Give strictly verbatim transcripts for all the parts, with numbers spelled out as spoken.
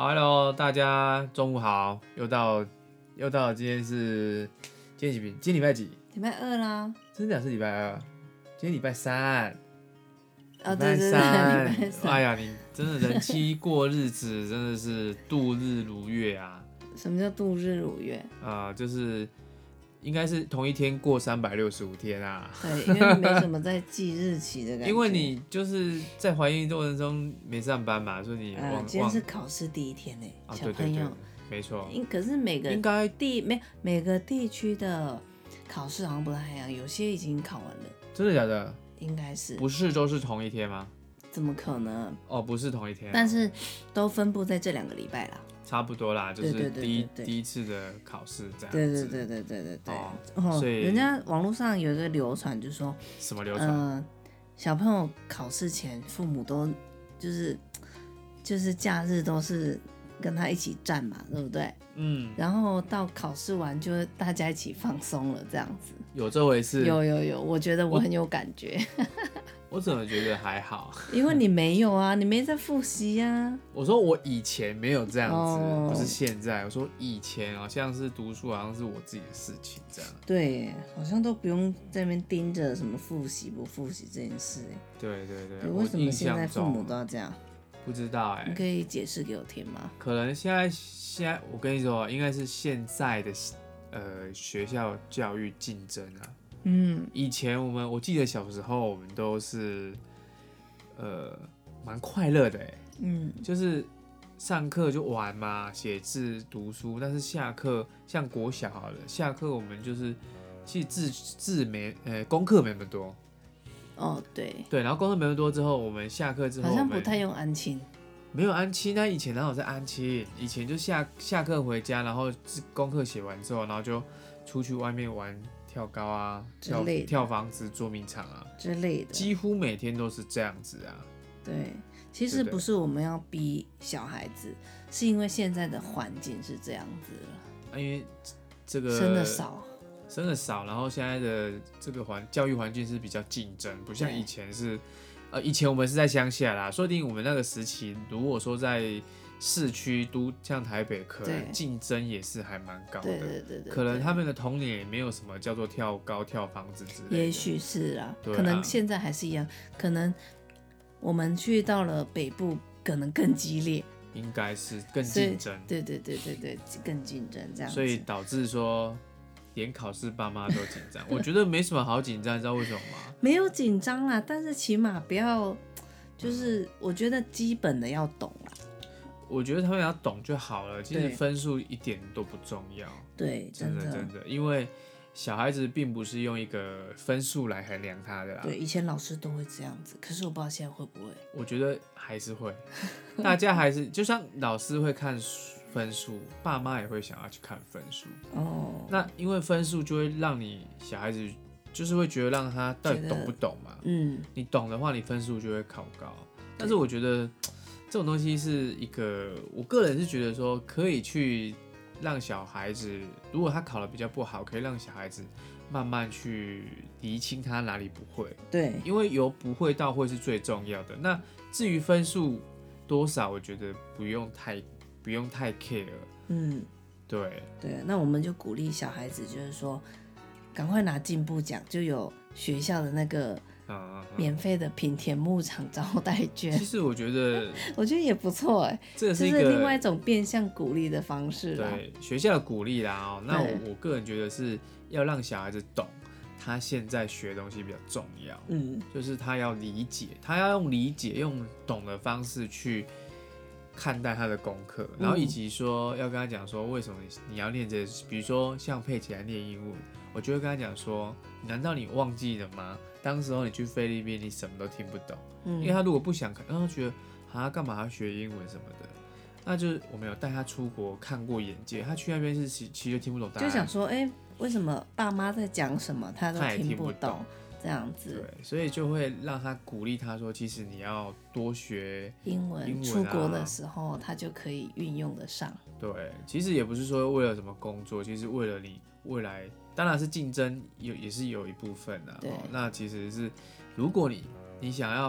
Hello，大家中午好，又到又到了今天是今天几天？今天礼拜几？ 礼拜二啦。 真的假的是礼拜二？今天礼拜三。 哦， 礼拜对对对， 三。 礼拜三。 哎呀，你真的人妻过日子，真的是度日如月啊！ 什么叫度日如月？ 啊、呃，就是应该是同一天过三百六十五天啊。 对，因为没什么在记日期的感觉。 因为你就是在怀孕过程中没上班嘛，所以你忘、 呃、今天是考试第一天呢、 啊， 小朋友。 对对对，没错。 可是每个应该地没每个地区的考试好像不太一样，有些已经考完了。 真的假的？ 应该是。 不是都是同一天吗？ 怎么可能？ 哦，不是同一天、啊， 但是都分布在这两个礼拜啦。 差不多啦，就是第一对对对对对第一次的考试这样子。 对对对对对对对。 哦， 哦， 所以人家网络上有一个流传，就说什么流传？ 呃，小朋友考试前，父母都就是就是假日都是跟他一起站嘛，对不对？ 嗯。 然后到考试完，就大家一起放松了，这样子。 有这回事？ 有有有，我觉得我很有感觉。 我怎么觉得还好？ 因为你没有啊，你没在复习啊。 我说我以前没有这样子， 哦、 不是现在。我说以前好像是读书，好像是我自己的事情这样。 对，好像都不用在那边盯着什么复习不复习这件事。 对对对。 为什么现在父母都要这样？ 不知道哎、欸， 你可以解释给我听吗？ 可能现在现在我跟你说，应该是现在的呃学校教育竞争啊。 嗯， 以前我们我记得小时候我们都是呃蛮快乐的哎， 嗯， 就是上课就玩嘛，写字读书，但是下课像国小好了，下课我们就是其实字字没呃功课没那么多。 哦，对对，然后功课没那么多之后，我们下课之后好像不太用安亲。 没有安亲，那以前哪有在安亲？以前就下下课回家，然后功课写完之后，然后就出去外面玩跳高啊，跳跳房子、捉迷藏啊之类的， 几乎每天都是这样子啊。 对，其实不是我们要逼小孩子，是因为现在的环境是这样子了。 啊、因为这个生的少， 生的少，然后现在的这个环教育环境是比较竞争，不像以前是。呃，以前我们是在乡下啦，说不定我们那个时期，如果说在市区都像台北，可能竞争也是还蛮高的。 对对对 对, 對。 可能他们的童年也没有什么叫做跳高、跳房子之类的。 也许是啊， 啊可能现在还是一样，可能我们去到了北部，可能更激烈。 应该是更竞争。 对对对对对，更竞争这样子。 所以导致说。连考试爸妈都紧张，我觉得没什么好紧张，你知道为什么吗？ 没有紧张啦，但是起码不要，就是我觉得基本的要懂啦。 我觉得他们要懂就好了，其实分数一点都不重要。 对， 真的真的，因为小孩子并不是用一个分数来衡量他的啦。 对，以前老师都会这样子，可是我不知道现在会不会。 我觉得还是会，大家还是就像老师会看书。分数，爸妈也会想要去看分数哦。 那因为分数就会让你小孩子就是会觉得让他到底懂不懂嘛。 嗯， 你懂的话，你分数就会考高。但是我觉得这种东西是一个，我个人是觉得说可以去让小孩子，如果他考得比较不好，可以让小孩子慢慢去厘清他哪里不会。 对， 因为由不会到会是最重要的。那至于分数多少，我觉得不用太。不用太 care， 嗯， 对对，那我们就鼓励小孩子，就是说，赶快拿进步奖，就有学校的那个免费的品田牧场招待券。 其实我觉得， 我觉得也不错哎， 这是一个就是另外一种变相鼓励的方式啦。 对学校的鼓励啦哦，那 我, 我个人觉得是要让小孩子懂，他现在学的东西比较重要， 嗯， 就是他要理解，他要用理解、用懂的方式去。看待他的功课，然后以及说要跟他讲说为什么你要念这些，比如说像佩奇来念英文，我就会跟他讲说，难道你忘记了吗？当时候你去菲律宾，你什么都听不懂，嗯、因为他如果不想看，然后觉得啊干嘛要学英文什么的，那就是我们有带他出国看过眼界，他去那边是其其实就听不懂答案， 就想说，哎、欸，为什么爸妈在讲什么他都听不懂？这样子， 对，所以就会让他鼓励他说，其实你要多学英文，英文啊、出国的时候他就可以运用得上。 对，其实也不是说为了什么工作，其实为了你未来，当然是竞争有也是有一部分的、啊。 对、 哦，那其实是如果你你想要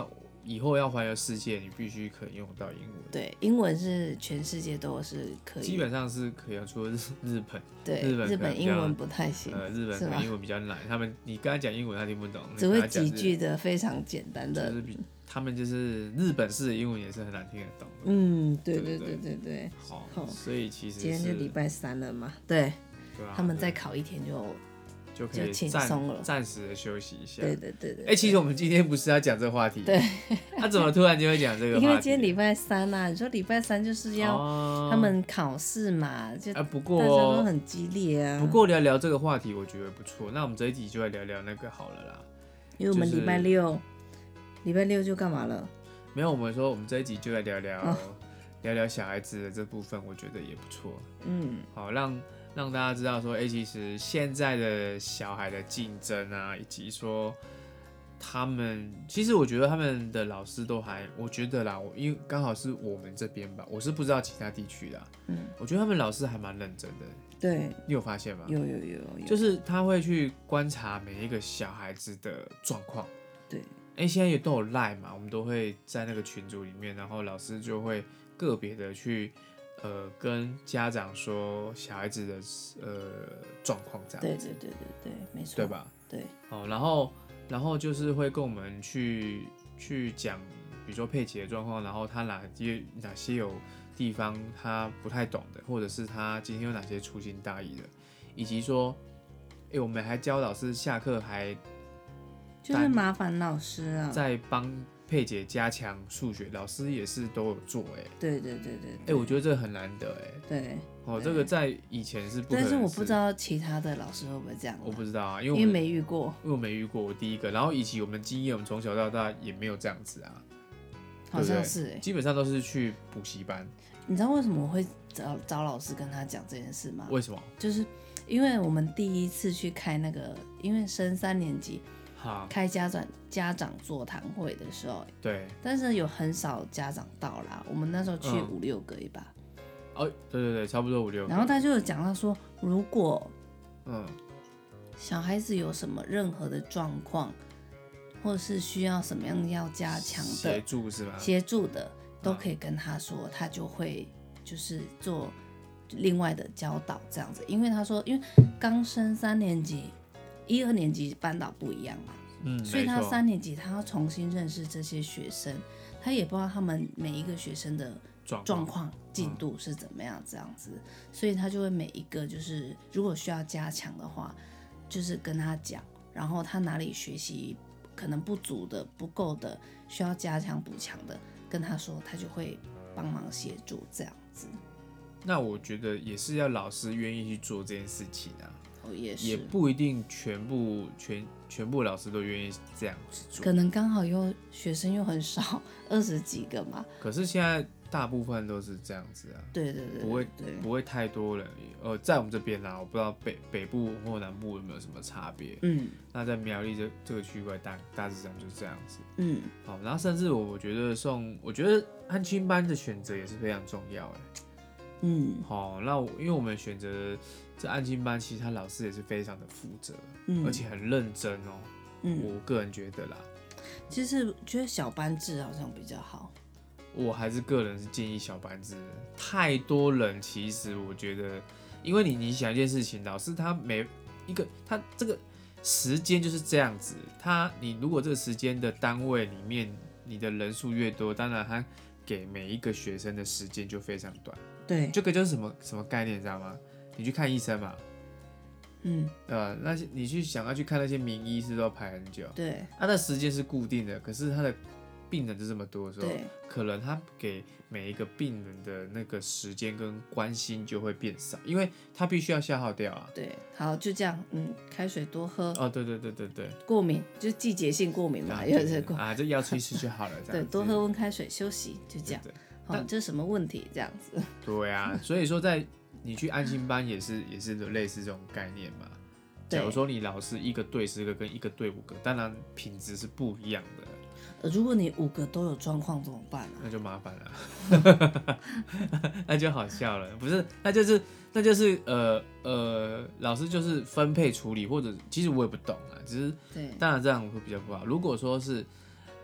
以后要环游世界，你必须可以用到英文。 对，英文是全世界都是可以， 基本上是可以用，除了日本， 对， 日本日本英文不太行， 呃，日本可能英文比较难，他们你跟他讲英文他听不懂， 只会几句的非常简单的， 就是比他们就是日本式的英文也是很难听得懂的。 嗯，对对对对对。 好，好所以其实今天就礼拜三了嘛，对， 对啊， 他们再考一天就。 就可以轻松了， 暂时的休息一下。 对对对对。 哎、欸，其实我们今天不是要讲这个话题， 对。 他、啊、怎么突然就会讲这个话题？ 因为今天礼拜三啊，你说礼拜三就是要他们考试嘛，就啊，不过大家都很激烈啊。 不过聊聊这个话题，我觉得不错。那我们这一集就来聊聊那个好了啦。 因为我们礼拜六，礼、就是、拜六就干嘛了？ 没有，我们说我们这一集就来聊聊、哦、聊聊小孩子的这部分，我觉得也不错。嗯，好让。让大家知道说，哎、欸，其实现在的小孩的竞争啊，以及说他们，其实我觉得他们的老师都还，我觉得啦，因为刚好是我们这边吧，我是不知道其他地区啦，嗯，我觉得他们老师还蛮认真的。 对， 你有发现吗？ 有有有有， 就是他会去观察每一个小孩子的状况。 对， 哎、欸，现在也都有 LINE 嘛，我们都会在那个群组里面，然后老师就会个别的去。呃，跟家长说小孩子的呃状况这样子， 对对对对对，没错， 对吧？ 对， 哦，然后然后就是会跟我们去去讲，比如说佩奇的状况，然后他哪些哪些有地方他不太懂的，或者是他今天有哪些粗心大意的，以及说，哎，我们还教老师下课还就是麻烦老师啊， 在帮。佩姐加强数学，老师也是都有做哎、欸。 对对对对。 哎、欸，我觉得这个很难得哎、欸。 对。 哦，这个在以前是不可能是。 但是我不知道其他的老师会不会这样、啊。 我不知道啊，因为我因为没遇过。 因为我没遇过，我第一个。然后以及我们经验，我们从小到大也没有这样子啊。 好像是哎、欸。 基本上都是去补习班。 你知道为什么我会找找老师跟他讲这件事吗？ 为什么？ 就是因为我们第一次去开那个，因为升三年级。开家长家长座谈会的时候， 对， 但是有很少家长到啦。我们那时候去五六个一吧、 嗯。哦，对对对，差不多五六个。 然后他就有讲到说，如果嗯小孩子有什么任何的状况，或者是需要什么样要加强的协助是吗？ 协助的都可以跟他说，他就会就是做另外的教导这样子。因为他说，因为刚升三年级。一二年级班导不一样嘛， 嗯， 所以他三年级他要重新认识这些学生，他也不知道他们每一个学生的状况进度是怎么样这样子，嗯、所以他就会每一个就是如果需要加强的话，就是跟他讲，然后他哪里学习可能不足的、不够的，需要加强补强的，跟他说，他就会帮忙协助这样子。 那我觉得也是要老师愿意去做这件事情啊。 哦、也, 是也不一定全部全全部老师都愿意这样子做， 可能刚好又学生又很少，二十几个嘛。 可是现在大部分都是这样子啊， 对对对， 不会对不会太多人。呃，在我们这边啦，我不知道北北部或南部有没有什么差别。嗯，那在苗栗这这个区块大大致上就是这样子。嗯，好，然后甚至我我觉得送，我觉得安亲班的选择也是非常重要哎。嗯，好，那我因为我们选择这安亲班，其实他老师也是非常的负责，嗯，而且很认真哦。嗯，我个人觉得啦， 其实觉得小班制好像比较好。 我还是个人是建议小班制，太多人其实我觉得，因为你你想一件事情，老师他每一个他这个时间就是这样子，他你如果这个时间的单位里面你的人数越多，当然他给每一个学生的时间就非常短。 对， 这个就是什么什么概念，你知道吗？你去看医生嘛，嗯，呃，那些你去想要去看那些名医师都要排很久， 对， 他的时间是固定的，可是他的病人就这么多的时候，可能他给每一个病人的那个时间跟关心就会变少，因为他必须要消耗掉啊。 对，好，就这样，嗯，开水多喝。 哦，对对对对对， 过敏就是季节性过敏嘛，又是过啊，这药吃一吃就好了，这样对，多喝温开水，休息，就这样。对对对哦，这是什么问题？这样子。 对啊，所以说在你去安心班也是也是类似这种概念嘛。假如说你老师一个对十个跟一个对五个，当然品质是不一样的。 呃，如果你五个都有状况怎么办啊？ 那就麻烦了，那就好笑了。不是，那就是那就是呃呃，老师就是分配处理，或者其实我也不懂啊，只是当然这样会比较不好。如果说是。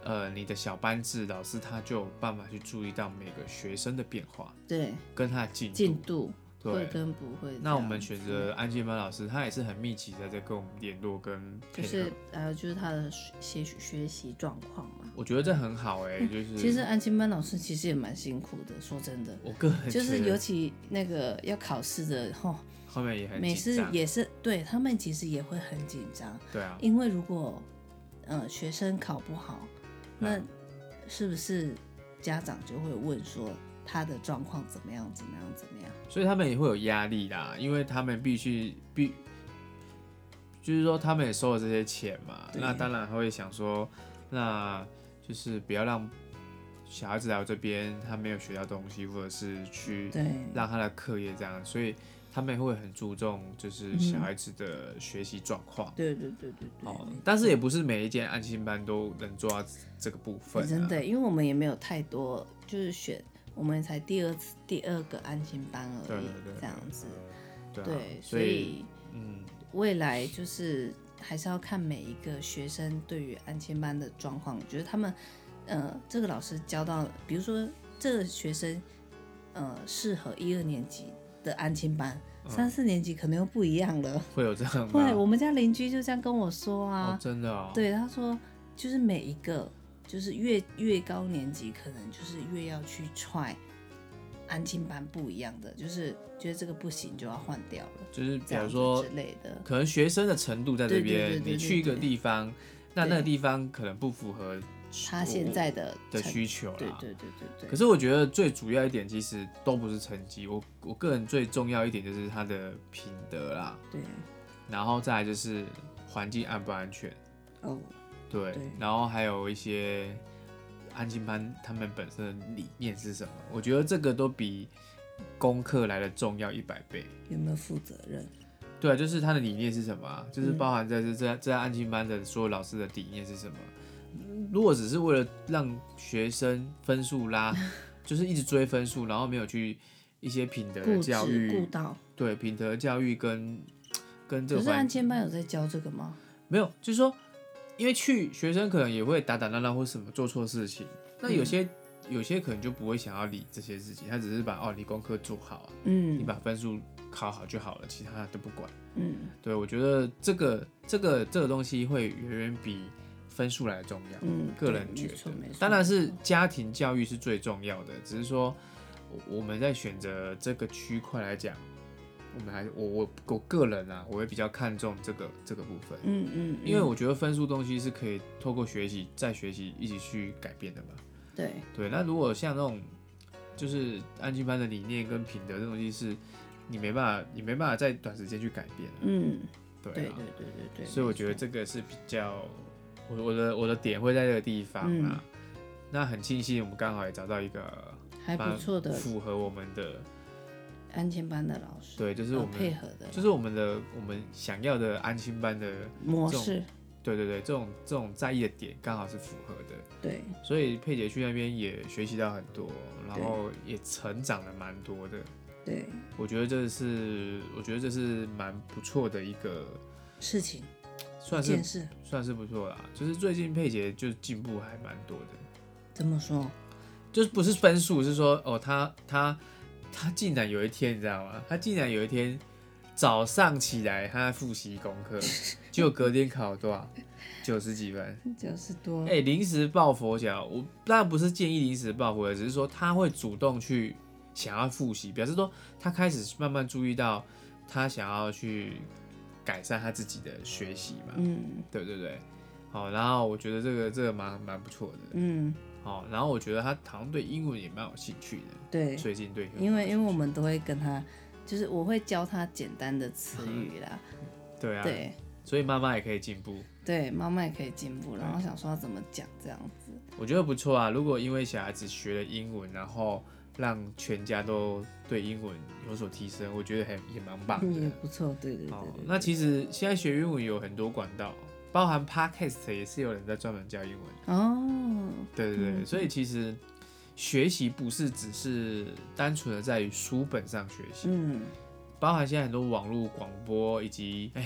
呃你的小班制，老师他就有办法去注意到每个学生的变化， 对， 跟他的进度。 进度对， 会跟不会。 那我们选择安静班老师，他也是很密集的在跟我们联络跟配合， 就是呃，就是他的学学习状况嘛。 我觉得这很好哎、欸，就是、 嗯、其实安静班老师其实也蛮辛苦的，说真的。 我个人就是尤其那个要考试的吼， 后面也很紧张， 每次也是对他们其实也会很紧张。 对啊， 因为如果呃学生考不好，那是不是家长就会问说他的状况怎么样怎么样怎么样？ 所以他们也会有压力啦，因为他们必须必，就是说他们也收了这些钱嘛，那当然会想说，那就是不要让小孩子来我这边他没有学到东西，或者是去让他的课业这样，所以他们会很注重就是小孩子的学习状况、嗯。 对对对对对。 哦，但是也不是每一间安心班都能做到这个部分、啊。 真的，因为我们也没有太多，就是选。我们才第二次第二个安心班而已，对对对，这样子，对，对啊、所以嗯，未来就是还是要看每一个学生对于安心班的状况。我觉得他们，呃，这个老师教到，比如说这个学生，呃，适合一二年级的安心班，嗯、三四年级可能又不一样了。 会有这样吗？ 会，我们家邻居就这样跟我说啊， 哦、真的哦， 对，他说就是每一个。就是越越高年级，可能就是越要去try安亲班不一样的，就是觉得这个不行就要换掉了。 就是比如说之类的， 可能学生的程度在这边，你去一个地方，那那个地方可能不符合他现在的的需求啦。 对对对对对。 可是我觉得最主要一点其实都不是成绩，我我个人最重要一点就是他的品德啦。 对。 然后再来就是环境安不安全。哦。对，对，然后还有一些安亲班他们本身的理念是什么？我觉得这个都比功课来的重要一百倍。 有没有负责任？ 对啊，就是他的理念是什么、啊？就是包含在这这这安亲班的所有老师的理念是什么？如果只是为了让学生分数拉，就是一直追分数，然后没有去一些品德的教育， 顾到对品德教育跟跟这个。 可是安亲班有在教这个吗？ 没有，就是说。因为去学生可能也会打打闹闹或什么做错事情，那有些、嗯、有些可能就不会想要理这些事情，他只是把哦你功课做好啊，嗯，你把分数考好就好了，其他都不管，嗯，对，我觉得这个这个这个东西会远远比分数来的重要，嗯，个人觉得，当然是家庭教育是最重要的，只是说我们在选择这个区块来讲。我们还我我我个人啊，我会比较看重这个这个部分，嗯 嗯, 嗯，因为我觉得分数东西是可以透过学习再学习一起去改变的嘛。 对对，那如果像那种就是安亲班的理念跟品德这东西是，你没办法你没办法在短时间去改变，嗯，对、啊、对对对对对，所以我觉得这个是比较我我的我的点会在这个地方啊。嗯、那很庆幸我们刚好也找到一个还不错的符合我们的。 安亲班的老师， 对，就是我们、 呃、配合的， 就是我们的我们想要的安亲班的模式。 对对对，这种这种在意的点刚好是符合的。 对， 所以佩姐去那边也学习到很多，然后也成长了蛮多的。 对， 我觉得这是我觉得这是蛮不错的一个事情， 算是算是不错啦。就是最近佩姐就进步还蛮多的。 怎么说？ 就是不是分数，是说哦，她她。他竟然有一天，你知道吗？他竟然有一天早上起来，他在复习功课，结果隔天考多少？九十几分， 九十多。 哎、欸，临时抱佛脚，我当然不是建议临时抱佛脚，只是说他会主动去想要复习，表示说他开始慢慢注意到他想要去改善他自己的学习嘛。嗯，对对对。好，然后我觉得这个这个蛮蛮不错的。嗯。哦，然后我觉得他好像对英文也蛮有兴趣的。 对， 最近对， 因为因为我们都会跟他，就是我会教他简单的词语啦。 对啊。 对。 所以妈妈也可以进步。 对，妈妈也可以进步，然后想说要怎么讲这样子。 我觉得不错啊，如果因为小孩子学了英文，然后让全家都对英文有所提升，我觉得还也蛮棒的。 也不错，对对 对, 对, 对, 对。 那其实现在学英文有很多管道。包含 podcast 也是有人在专门教英文哦，对对对，嗯、所以其实学习不是只是单纯的在于书本上学习，嗯，包含现在很多网络广播以及哎、欸，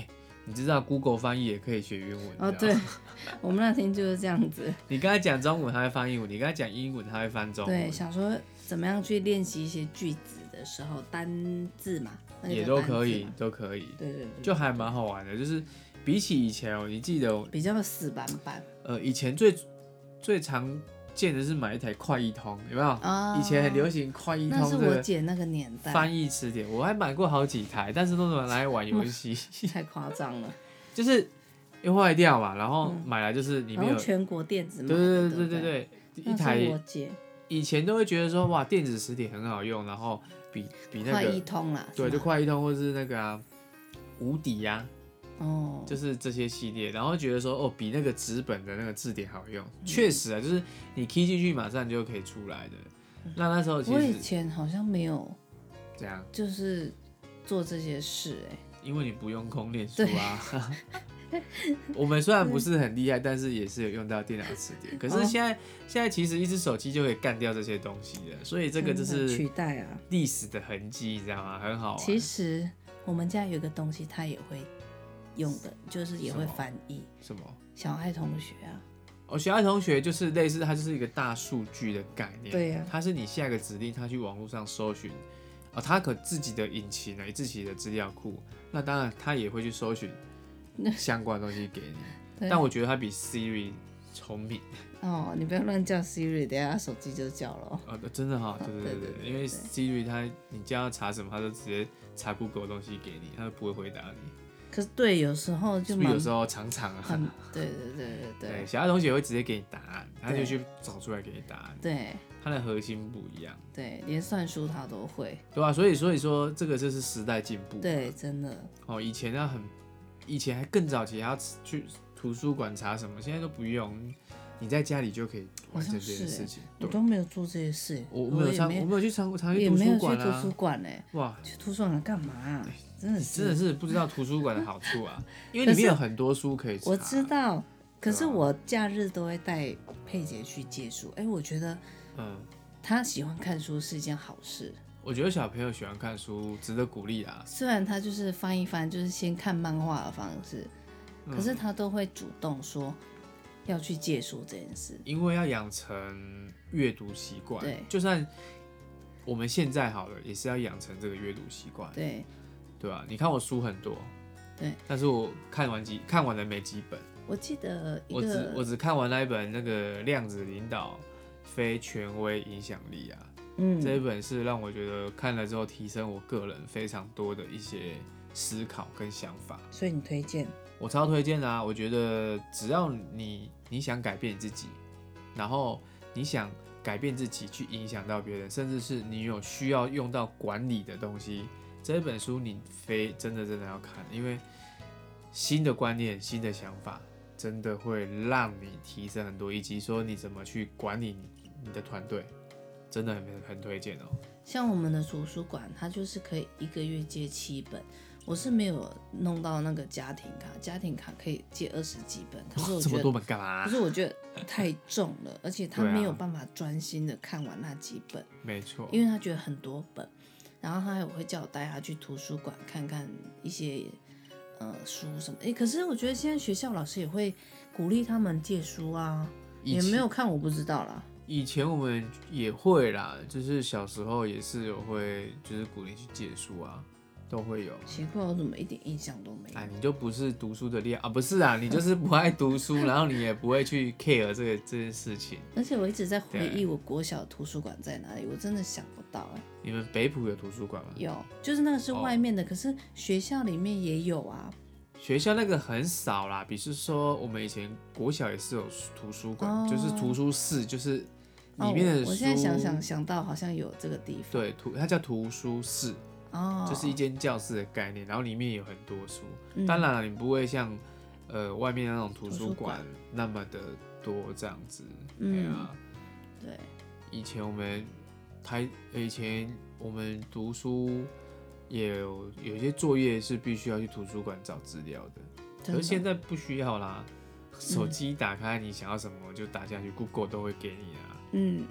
你知道 Google 翻译也可以学英文哦，对，我们那天就是这样子。 你刚才讲中文，它会翻英文；你刚才讲英文，它会翻中文。 对，想说怎么样去练习一些句子的时候，单字嘛，那个、 也都可以，都可以。 对 对, 对， 就还蛮好玩的。就是比起以前哦，你记得比较死板板。 呃，以前最最常见的是买一台快译通，有没有？ 哦、 以前很流行快译通， 那是我姐那个年代。 翻译词典，我还买过好几台，但是都是拿来玩游戏。 太夸张了。 就是又坏掉嘛，然后买来就是里面有、 嗯、全国电子买的， 对对对对对对，一台。 我姐以前都会觉得说哇，电子词典很好用，然后比比那个快译通啦， 对，就快译通或是那个啊无敌呀。 哦， 就是这些系列，然后觉得说哦，比那个纸本的那个字典好用，确、嗯、实啊，就是你 key 进去马上就可以出来的。嗯、那那时候其实我以前好像没有这样， 就是做这些事哎、欸， 因为你不用功念书啊。我们虽然不是很厉害，但是也是有用到电脑词典。可是现在、哦、现在其实一只手机就可以干掉这些东西了，所以这个就是取代啊历史的痕迹，你知道吗？很好玩。 其实我们家有一个东西，它也会。用的就是也会翻译什么？ 小爱同学啊， 哦，小爱同学就是类似，它就是一个大数据的概念。 对呀、啊， 它是你下一个指令，它去网络上搜寻，哦，它可自己的引擎啊，自己的资料库，那当然它也会去搜寻相关的东西给你。但我觉得它比 Siri 聪明。 哦，你不要乱叫 Siri， 等一下手机就叫了。 哦，真的哈、哦，对对对 对, 对, 对，因为 Siri 它你叫它查什么，它就直接查 Google 的东西给你，它就不会回答你。 可是对，有时候就蛮有时候常常啊， 对对对对 对, 对，小爱同学会直接给你答案，他就去找出来给你答案。 对， 它的核心不一样。 对，连算术他都会。 对啊，所以所以说这个就是时代进步。 对，真的。 哦，以前要很，以前还更早期还要去图书馆查什么，现在都不用，你在家里就可以完成这件事情。 我都没有做这些事。 我没有常，我没有去常常去图书馆啊。 也没有去图书馆呢、欸。 哇， 去图书馆干嘛、啊？真的是真的是不知道图书馆的好处啊，因为里面有很多书可以查。 我知道，可是我假日都会带佩姐去借书。哎、欸，我觉得，嗯，她喜欢看书是一件好事。 我觉得小朋友喜欢看书，值得鼓励啊。 虽然他就是翻一翻，就是先看漫画的方式，可是他都会主动说要去借书这件事， 因为要养成阅读习惯。 对， 就算我们现在好了，也是要养成这个阅读习惯。 对。 对吧、啊？你看我书很多， 对， 但是我看完几看完了没几本。 我记得一个我只我只看完那一本那个量子领导非权威影响力啊，嗯，这一本是让我觉得看了之后提升我个人非常多的一些思考跟想法。 所以你推荐？ 我超推荐啊！我觉得只要你你想改变自己，然后你想改变自己去影响到别人，甚至是你有需要用到管理的东西。这本书你非真的真的要看，因为新的观念、新的想法，真的会让你提升很多，以及说你怎么去管理你的团队，真的很很推荐哦。 像我们的图书馆，它就是可以一个月借七本，我是没有弄到那个家庭卡，家庭卡可以借二十几本，可是我觉得这么多本干嘛？ 可是我觉得太重了，而且他没有办法专心的看完那几本。 没错， 因为他觉得很多本。然后他也会叫我带他去图书馆看看一些呃书什么，哎，可是我觉得现在学校老师也会鼓励他们借书啊，也没有看我不知道啦。 以前我们也会啦，就是小时候也是有会，就是鼓励去借书啊，都会有。 奇怪，我怎么一点印象都没有？ 哎，你就不是读书的料啊？不是啊，你就是不爱读书，然后你也不会去 care 这个这件事情。 而且我一直在回忆我国小图书馆在哪里，我真的想不到哎、欸。 你们北埔有图书馆吗？ 有，就是那个是外面的，哦、可是学校里面也有啊。 学校那个很少啦，比如说我们以前国小也是有图书馆，哦、就是图书室，就是里面的书。 哦、我现在想想想到好像有这个地方。 对，图它叫图书室， 哦， 就是一间教室的概念，然后里面有很多书。嗯、当然了，你不会像呃外面那种图书馆那么的多这样子。嗯，啊、 对。 以前我们。台以前我们读书也有有些作业是必须要去图书馆找资料的，可是现在不需要啦，手机打开你想要什么就打下去、嗯、，Google 都会给你啊。 嗯， 哦，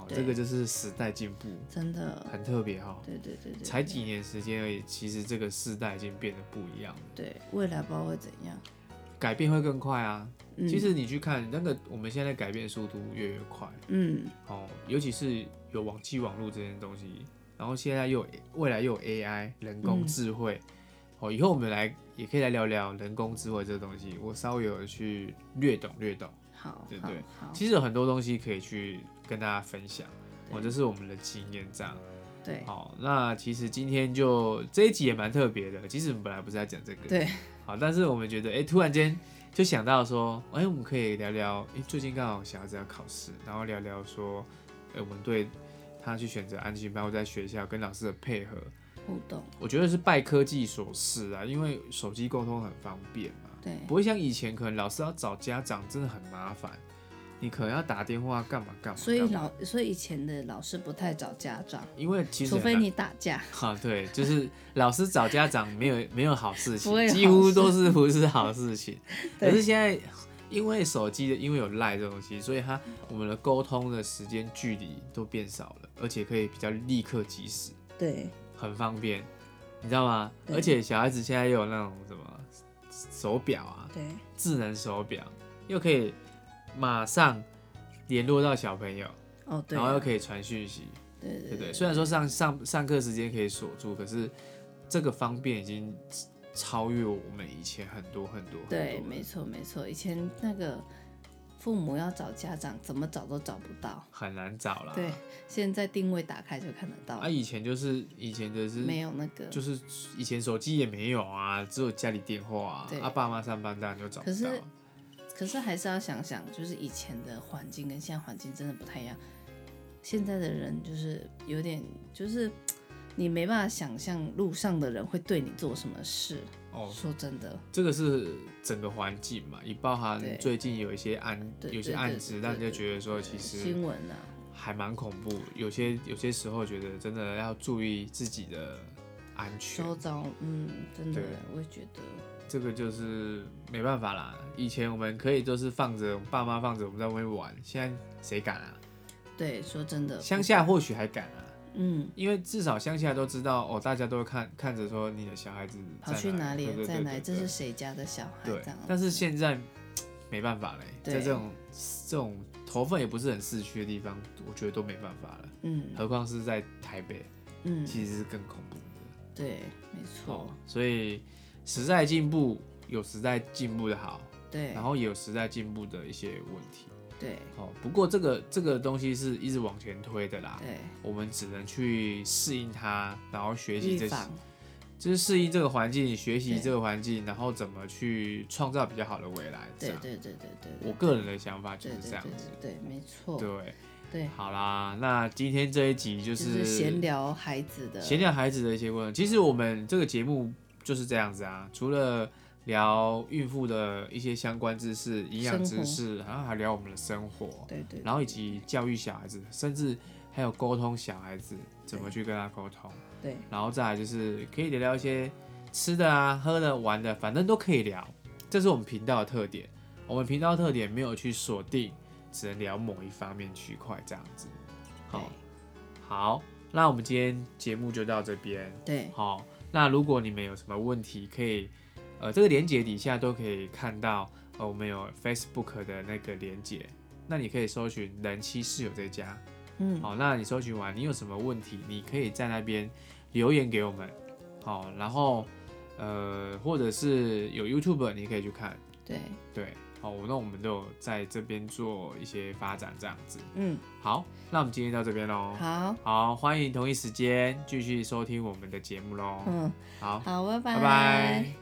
哦，这个就是时代进步， 真的很特别哈、哦。 对对对对， 才几年时间而已，其实这个世代已经变得不一样了。 对，未来不知道会怎样， 改变会更快啊。 嗯、 其实你去看那个，我们现在改变速度越来越快。 嗯， 哦，尤其是有网际网络这件东西，然后现在又有未来又有 A I 人工智慧。嗯哦，以后我们来也可以来聊聊人工智慧这个东西，我稍微有去略懂略懂。 好， 对不对？ 好， 其实有很多东西可以去跟大家分享，哦，这是我们的经验这样。 对， 好，那其实今天就这一集也蛮特别的，其实我们本来不是在讲这个， 对， 好，但是我们觉得，哎、欸，突然间就想到说，哎、欸，我们可以聊聊，哎、欸，最近刚好小孩子要考试，然后聊聊说，哎、欸，我们对他去选择安亲班或在学校跟老师的配合。 互动， 我觉得是拜科技所赐啊，因为手机沟通很方便嘛， 对， 不会像以前可能老师要找家长真的很麻烦，你可能要打电话干嘛干嘛。 所以老，所以以前的老师不太找家长， 因为其实除非你打架。 啊，对，就是老师找家长没有没有好事情， 事几乎都是不是好事情。可是现在因为手机的，因为有 LINE 这东西，所以它我们的沟通的时间距离都变少了，而且可以比较立刻即时。 对。 很方便，你知道吗？而且小孩子现在又有那种什么手表啊， 对， 智能手表，又可以马上联络到小朋友， 哦，对、啊， 然后又可以传讯息， 对对对, 对对。虽然说上上上课时间可以锁住，可是这个方便已经超越我们以前很多很多很多。 对，没错没错，以前那个。父母要找家长，怎么找都找不到， 很难找啦。 对，现在定位打开就看得到。 啊，以前就是以前的是没有那个， 就是以前手机也没有啊，只有家里电话啊，啊爸妈上班当然就找不到。 可是，可是还是要想想，就是以前的环境跟现在环境真的不太一样。现在的人就是有点，就是你没办法想象路上的人会对你做什么事。哦，说真的， 这个是整个环境嘛，也包含最近有一些案，有些案子，让人家觉得说其实新闻啊， 还蛮恐怖。有些有些时候觉得真的要注意自己的安全。 周遭，嗯，真的，我也觉得这个就是没办法啦。以前我们可以都是放着爸妈放着我们在外面玩，现在谁敢啊？ 对，说真的， 乡下或许还敢啊。 嗯， 因为至少乡下都知道哦，大家都会看看着说你的小孩子跑去哪里， 对对对对在哪里，这是谁家的小孩？ 对这样。 但是现在没办法嘞，在这种这种头份也不是很市区的地方，我觉得都没办法了。嗯，何况是在台北，嗯，其实是更恐怖的。 对，没错。哦， 所以时代进步有时代进步的好， 对， 然后也有时代进步的一些问题。 对， 哦，不过这个这个东西是一直往前推的啦， 对， 我们只能去适应它，然后学习这些，就是适应这个环境，学习这个环境，然后怎么去创造比较好的未来。 对对对对对， 我个人的想法就是这样子。 对，没错。 对对， 好啦，那今天这一集就是闲聊孩子的， 闲聊孩子的一些问题。其实我们这个节目就是这样子啊，除了聊孕妇的一些相关知识、营养知识，然后还聊我们的生活， 对 对, 对， 然后以及教育小孩子，甚至还有沟通小孩子怎么去跟他沟通， 对， 然后再来就是可以聊聊一些吃的啊、喝的、玩的，反正都可以聊，这是我们频道的特点。我们频道特点没有去锁定，只能聊某一方面区块这样子。好，好，那我们今天节目就到这边。 对， 好，那如果你们有什么问题，可以。呃，这个连结底下都可以看到，呃，我们有 Facebook 的那个连结，那你可以搜寻人妻室友这家，嗯，好，那你搜寻完，你有什么问题，你可以在那边留言给我们，好，然后呃，或者是有 YouTube 你可以去看， 对对，好，那我们都有在这边做一些发展这样子， 嗯， 好，那我们今天到这边喽， 好， 好，欢迎同一时间继续收听我们的节目喽， 嗯， 好， 好，拜拜， 拜拜。